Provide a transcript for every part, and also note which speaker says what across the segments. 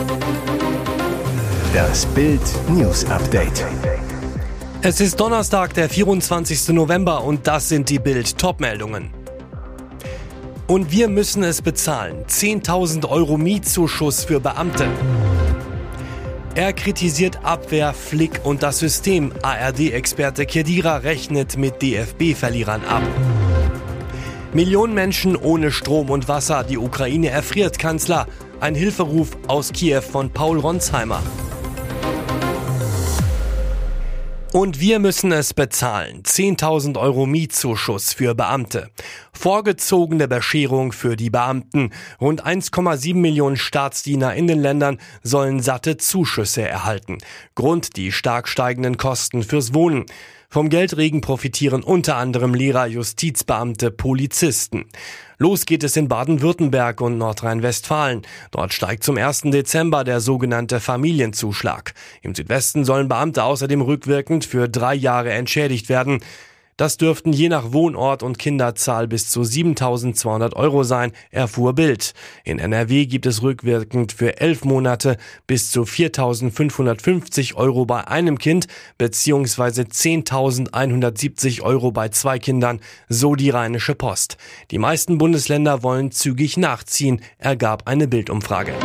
Speaker 1: Das Bild News Update.
Speaker 2: Es ist Donnerstag, der 24. November und das sind die Bild-Top-Meldungen. Und wir müssen es bezahlen. 10.000 Euro Mietzuschuss für Beamte. Er kritisiert Abwehr, Flick und das System. ARD-Experte Kedira rechnet mit DFB-Verlierern ab. Millionen Menschen ohne Strom und Wasser. Die Ukraine erfriert, Kanzler. Ein Hilferuf aus Kiew von Paul Ronsheimer. Und wir müssen es bezahlen. 10.000 Euro Mietzuschuss für Beamte. Vorgezogene Bescherung für die Beamten. Rund 1,7 Millionen Staatsdiener in den Ländern sollen satte Zuschüsse erhalten. Grund die stark steigenden Kosten fürs Wohnen. Vom Geldregen profitieren unter anderem Lehrer, Justizbeamte, Polizisten. Los geht es in Baden-Württemberg und Nordrhein-Westfalen. Dort steigt zum 1. Dezember der sogenannte Familienzuschlag. Im Südwesten sollen Beamte außerdem rückwirkend für 3 Jahre entschädigt werden. Das dürften je nach Wohnort und Kinderzahl bis zu 7.200 Euro sein, erfuhr Bild. In NRW gibt es rückwirkend für 11 Monate bis zu 4.550 Euro bei einem Kind bzw. 10.170 Euro bei 2 Kindern, so die Rheinische Post. Die meisten Bundesländer wollen zügig nachziehen, ergab eine Bildumfrage.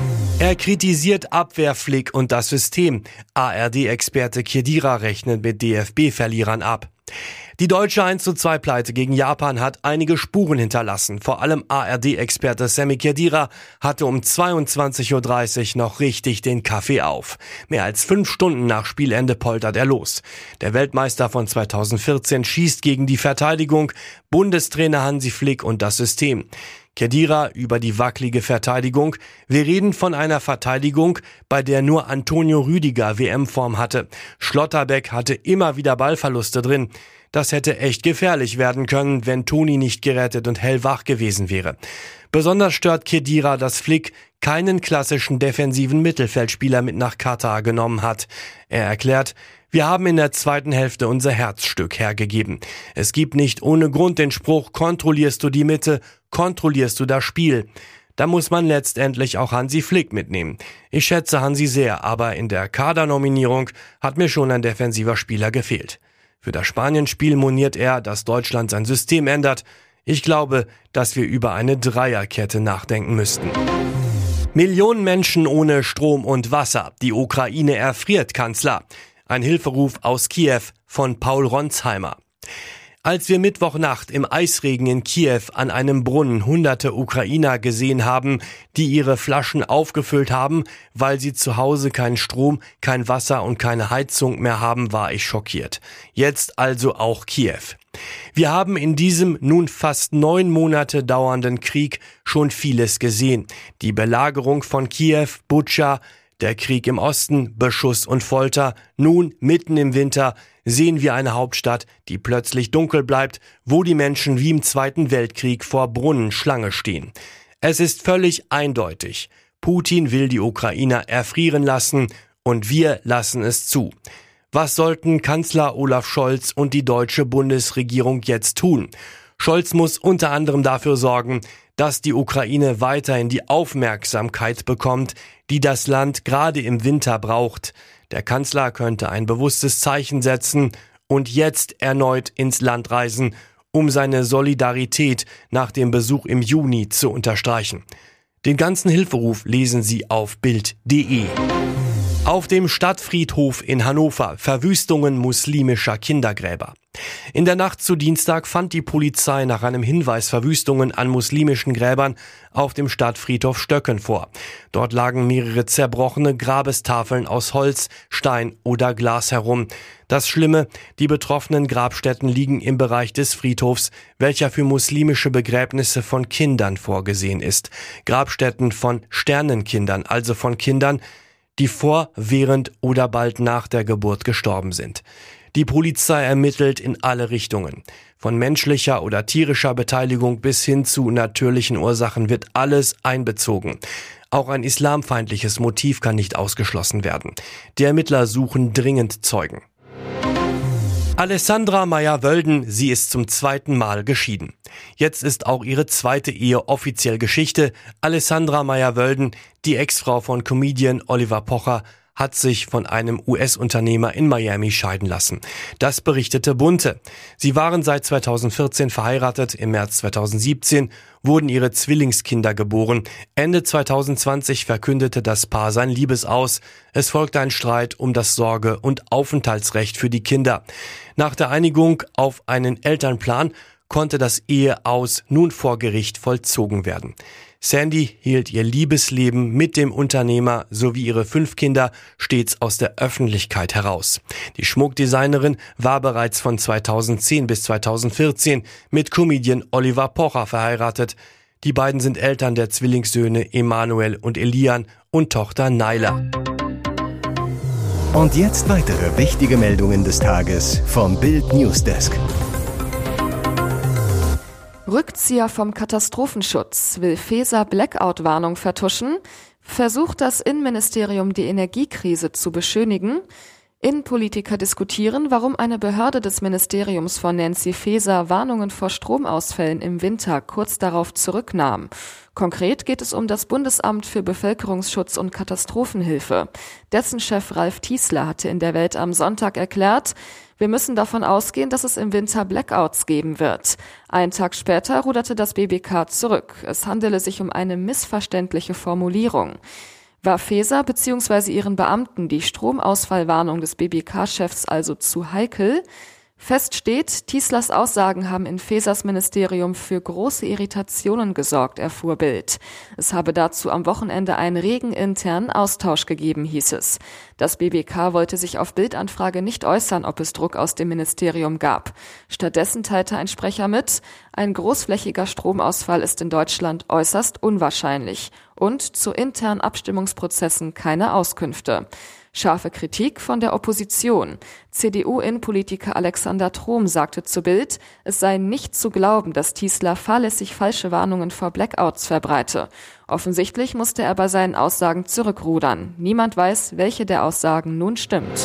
Speaker 2: Er kritisiert Abwehr, Flick und das System. ARD-Experte Kedira rechnet mit DFB-Verlierern ab. Die deutsche 1:2-Pleite gegen Japan hat einige Spuren hinterlassen. Vor allem ARD-Experte Sami Khedira hatte um 22.30 Uhr noch richtig den Kaffee auf. Mehr als 5 Stunden nach Spielende poltert er los. Der Weltmeister von 2014 schießt gegen die Verteidigung, Bundestrainer Hansi Flick und das System. Khedira über die wackelige Verteidigung. Wir reden von einer Verteidigung, bei der nur Antonio Rüdiger WM-Form hatte. Schlotterbeck hatte immer wieder Ballverluste drin. Das hätte echt gefährlich werden können, wenn Toni nicht gerettet und hellwach gewesen wäre. Besonders stört Khedira, dass Flick keinen klassischen defensiven Mittelfeldspieler mit nach Katar genommen hat. Er erklärt: Wir haben in der zweiten Hälfte unser Herzstück hergegeben. Es gibt nicht ohne Grund den Spruch, kontrollierst du die Mitte, kontrollierst du das Spiel. Da muss man letztendlich auch Hansi Flick mitnehmen. Ich schätze Hansi sehr, aber in der Kadernominierung hat mir schon ein defensiver Spieler gefehlt. Für das Spanien-Spiel moniert er, dass Deutschland sein System ändert. Ich glaube, dass wir über eine Dreierkette nachdenken müssten. Millionen Menschen ohne Strom und Wasser. Die Ukraine erfriert, Kanzler. Ein Hilferuf aus Kiew von Paul Ronsheimer. Als wir Mittwochnacht im Eisregen in Kiew an einem Brunnen hunderte Ukrainer gesehen haben, die ihre Flaschen aufgefüllt haben, weil sie zu Hause keinen Strom, kein Wasser und keine Heizung mehr haben, war ich schockiert. Jetzt also auch Kiew. Wir haben in diesem nun fast 9 Monate dauernden Krieg schon vieles gesehen. Die Belagerung von Kiew, Butscha, der Krieg im Osten, Beschuss und Folter. Nun, mitten im Winter, sehen wir eine Hauptstadt, die plötzlich dunkel bleibt, wo die Menschen wie im Zweiten Weltkrieg vor Brunnen Schlange stehen. Es ist völlig eindeutig. Putin will die Ukrainer erfrieren lassen und wir lassen es zu. Was sollten Kanzler Olaf Scholz und die deutsche Bundesregierung jetzt tun? Scholz muss unter anderem dafür sorgen, dass die Ukraine weiterhin die Aufmerksamkeit bekommt, die das Land gerade im Winter braucht. Der Kanzler könnte ein bewusstes Zeichen setzen und jetzt erneut ins Land reisen, um seine Solidarität nach dem Besuch im Juni zu unterstreichen. Den ganzen Hilferuf lesen Sie auf Bild.de. Auf dem Stadtfriedhof in Hannover Verwüstungen muslimischer Kindergräber. In der Nacht zu Dienstag fand die Polizei nach einem Hinweis Verwüstungen an muslimischen Gräbern auf dem Stadtfriedhof Stöcken vor. Dort lagen mehrere zerbrochene Grabestafeln aus Holz, Stein oder Glas herum. Das Schlimme, die betroffenen Grabstätten liegen im Bereich des Friedhofs, welcher für muslimische Begräbnisse von Kindern vorgesehen ist. Grabstätten von Sternenkindern, also von Kindern, die vor, während oder bald nach der Geburt gestorben sind. Die Polizei ermittelt in alle Richtungen. Von menschlicher oder tierischer Beteiligung bis hin zu natürlichen Ursachen wird alles einbezogen. Auch ein islamfeindliches Motiv kann nicht ausgeschlossen werden. Die Ermittler suchen dringend Zeugen. Alessandra Meyer-Wölden, sie ist zum 2. Mal geschieden. Jetzt ist auch ihre zweite Ehe offiziell Geschichte. Alessandra Meyer-Wölden, die Ex-Frau von Comedian Oliver Pocher, hat sich von einem US-Unternehmer in Miami scheiden lassen. Das berichtete Bunte. Sie waren seit 2014 verheiratet. Im März 2017 wurden ihre Zwillingskinder geboren. Ende 2020 verkündete das Paar sein Liebesaus. Es folgte ein Streit um das Sorge- und Aufenthaltsrecht für die Kinder. Nach der Einigung auf einen Elternplan konnte das Eheaus nun vor Gericht vollzogen werden. Sandy hielt ihr Liebesleben mit dem Unternehmer sowie ihre 5 Kinder stets aus der Öffentlichkeit heraus. Die Schmuckdesignerin war bereits von 2010 bis 2014 mit Comedian Oliver Pocher verheiratet. Die beiden sind Eltern der Zwillingssöhne Emanuel und Elian und Tochter Naila.
Speaker 1: Und jetzt weitere wichtige Meldungen des Tages vom Bild Newsdesk.
Speaker 3: Rückzieher vom Katastrophenschutz, will Faeser Blackout-Warnung vertuschen, versucht das Innenministerium die Energiekrise zu beschönigen, Innenpolitiker diskutieren, warum eine Behörde des Ministeriums von Nancy Faeser Warnungen vor Stromausfällen im Winter kurz darauf zurücknahm. Konkret geht es um das Bundesamt für Bevölkerungsschutz und Katastrophenhilfe. Dessen Chef Ralf Tiesler hatte in der Welt am Sonntag erklärt, wir müssen davon ausgehen, dass es im Winter Blackouts geben wird. Einen Tag später ruderte das BBK zurück. Es handele sich um eine missverständliche Formulierung. War Faeser bzw. ihren Beamten die Stromausfallwarnung des BBK-Chefs also zu heikel? Fest steht, Tieslers Aussagen haben in Faesers Ministerium für große Irritationen gesorgt, erfuhr Bild. Es habe dazu am Wochenende einen regen internen Austausch gegeben, hieß es. Das BBK wollte sich auf Bildanfrage nicht äußern, ob es Druck aus dem Ministerium gab. Stattdessen teilte ein Sprecher mit, ein großflächiger Stromausfall ist in Deutschland äußerst unwahrscheinlich und zu internen Abstimmungsprozessen keine Auskünfte. Scharfe Kritik von der Opposition. CDU-Innenpolitiker Alexander Trom sagte zu Bild, es sei nicht zu glauben, dass Tiesler fahrlässig falsche Warnungen vor Blackouts verbreite. Offensichtlich musste er bei seinen Aussagen zurückrudern. Niemand weiß, welche der Aussagen nun stimmt.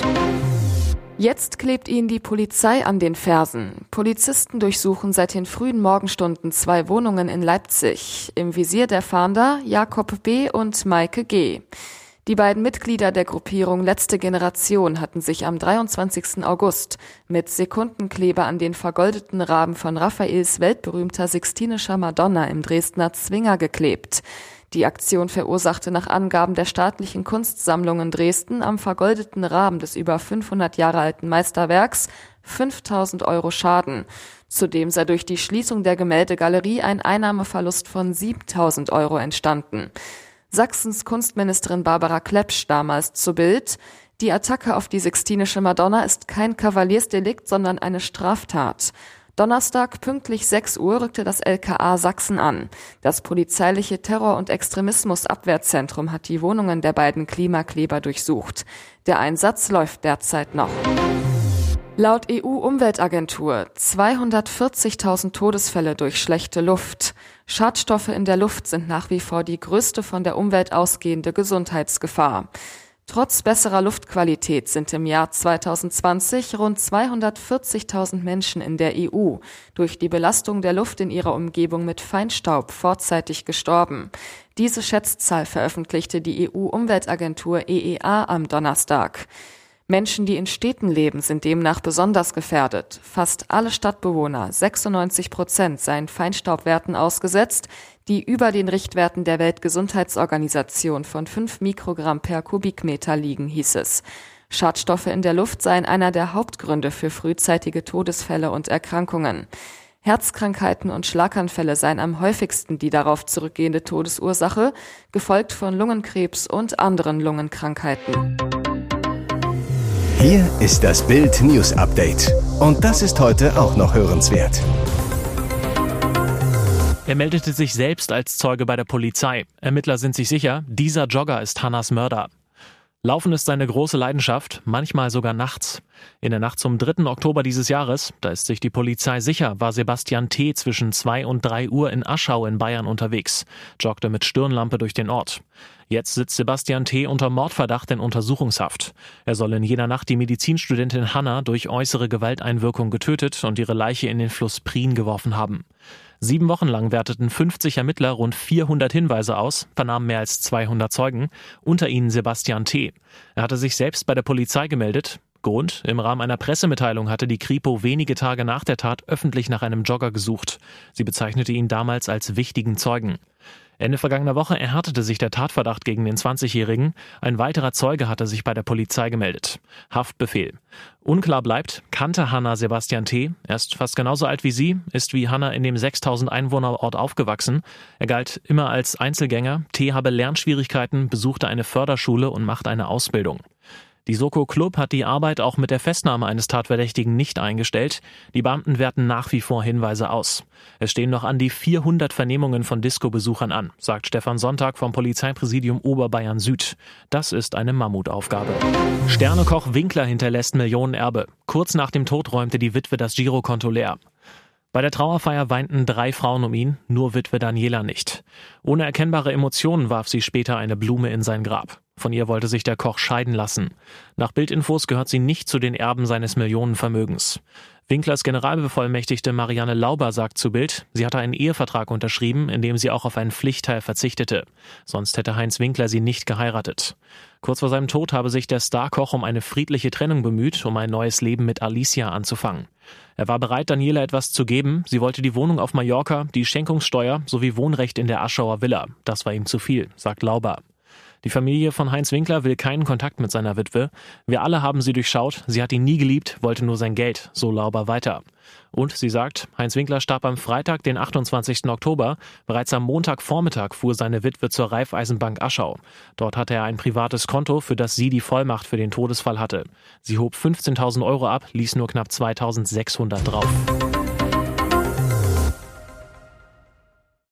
Speaker 3: Jetzt klebt ihnen die Polizei an den Fersen. Polizisten durchsuchen seit den frühen Morgenstunden 2 Wohnungen in Leipzig. Im Visier der Fahnder Jakob B. und Maike G. Die beiden Mitglieder der Gruppierung Letzte Generation hatten sich am 23. August mit Sekundenkleber an den vergoldeten Rahmen von Raffaels weltberühmter Sixtinischer Madonna im Dresdner Zwinger geklebt. Die Aktion verursachte nach Angaben der staatlichen Kunstsammlungen Dresden am vergoldeten Rahmen des über 500 Jahre alten Meisterwerks 5.000 € Schaden. Zudem sei durch die Schließung der Gemäldegalerie ein Einnahmeverlust von 7.000 € entstanden. Sachsens Kunstministerin Barbara Klepsch damals zu Bild: Die Attacke auf die Sixtinische Madonna ist kein Kavaliersdelikt, sondern eine Straftat. Donnerstag pünktlich 6 Uhr rückte das LKA Sachsen an. Das polizeiliche Terror- und Extremismusabwehrzentrum hat die Wohnungen der beiden Klimakleber durchsucht. Der Einsatz läuft derzeit noch. Laut EU-Umweltagentur 240.000 Todesfälle durch schlechte Luft. Schadstoffe in der Luft sind nach wie vor die größte von der Umwelt ausgehende Gesundheitsgefahr. Trotz besserer Luftqualität sind im Jahr 2020 rund 240.000 Menschen in der EU durch die Belastung der Luft in ihrer Umgebung mit Feinstaub vorzeitig gestorben. Diese Schätzzahl veröffentlichte die EU-Umweltagentur EEA am Donnerstag. Menschen, die in Städten leben, sind demnach besonders gefährdet. Fast alle Stadtbewohner, 96%, seien Feinstaubwerten ausgesetzt, die über den Richtwerten der Weltgesundheitsorganisation von 5 Mikrogramm per Kubikmeter liegen, hieß es. Schadstoffe in der Luft seien einer der Hauptgründe für frühzeitige Todesfälle und Erkrankungen. Herzkrankheiten und Schlaganfälle seien am häufigsten die darauf zurückgehende Todesursache, gefolgt von Lungenkrebs und anderen Lungenkrankheiten.
Speaker 1: Hier ist das Bild News Update. Und das ist heute auch noch hörenswert.
Speaker 4: Er meldete sich selbst als Zeuge bei der Polizei. Ermittler sind sich sicher, dieser Jogger ist Hannas Mörder. Laufen ist seine große Leidenschaft, manchmal sogar nachts. In der Nacht zum 3. Oktober dieses Jahres, da ist sich die Polizei sicher, war Sebastian T. zwischen 2 und 3 Uhr in Aschau in Bayern unterwegs, joggte mit Stirnlampe durch den Ort. Jetzt sitzt Sebastian T. unter Mordverdacht in Untersuchungshaft. Er soll in jener Nacht die Medizinstudentin Hanna durch äußere Gewalteinwirkung getötet und ihre Leiche in den Fluss Prien geworfen haben. 7 Wochen lang werteten 50 Ermittler rund 400 Hinweise aus, vernahmen mehr als 200 Zeugen, unter ihnen Sebastian T. Er hatte sich selbst bei der Polizei gemeldet. Grund: Im Rahmen einer Pressemitteilung hatte die Kripo wenige Tage nach der Tat öffentlich nach einem Jogger gesucht. Sie bezeichnete ihn damals als wichtigen Zeugen. Ende vergangener Woche erhärtete sich der Tatverdacht gegen den 20-Jährigen. Ein weiterer Zeuge hatte sich bei der Polizei gemeldet. Haftbefehl. Unklar bleibt, kannte Hanna Sebastian T. Er ist fast genauso alt wie sie, ist wie Hanna in dem 6000 Einwohnerort aufgewachsen. Er galt immer als Einzelgänger. T. habe Lernschwierigkeiten, besuchte eine Förderschule und macht eine Ausbildung. Die Soko Club hat die Arbeit auch mit der Festnahme eines Tatverdächtigen nicht eingestellt. Die Beamten werten nach wie vor Hinweise aus. Es stehen noch an die 400 Vernehmungen von Disco-Besuchern an, sagt Stefan Sonntag vom Polizeipräsidium Oberbayern Süd. Das ist eine Mammutaufgabe. Sternekoch Winkler hinterlässt Millionenerbe. Kurz nach dem Tod räumte die Witwe das Girokonto leer. Bei der Trauerfeier weinten 3 Frauen um ihn, nur Witwe Daniela nicht. Ohne erkennbare Emotionen warf sie später eine Blume in sein Grab. Von ihr wollte sich der Koch scheiden lassen. Nach Bildinfos gehört sie nicht zu den Erben seines Millionenvermögens. Winklers Generalbevollmächtigte Marianne Lauber sagt zu Bild, sie hatte einen Ehevertrag unterschrieben, in dem sie auch auf einen Pflichtteil verzichtete. Sonst hätte Heinz Winkler sie nicht geheiratet. Kurz vor seinem Tod habe sich der Starkoch um eine friedliche Trennung bemüht, um ein neues Leben mit Alicia anzufangen. Er war bereit, Daniela etwas zu geben. Sie wollte die Wohnung auf Mallorca, die Schenkungssteuer sowie Wohnrecht in der Aschauer Villa. Das war ihm zu viel, sagt Lauber. Die Familie von Heinz Winkler will keinen Kontakt mit seiner Witwe. Wir alle haben sie durchschaut. Sie hat ihn nie geliebt, wollte nur sein Geld, so Lauber weiter. Und sie sagt, Heinz Winkler starb am Freitag, den 28. Oktober. Bereits am Montagvormittag fuhr seine Witwe zur Raiffeisenbank Aschau. Dort hatte er ein privates Konto, für das sie die Vollmacht für den Todesfall hatte. Sie hob 15.000 € ab, ließ nur knapp 2.600 drauf.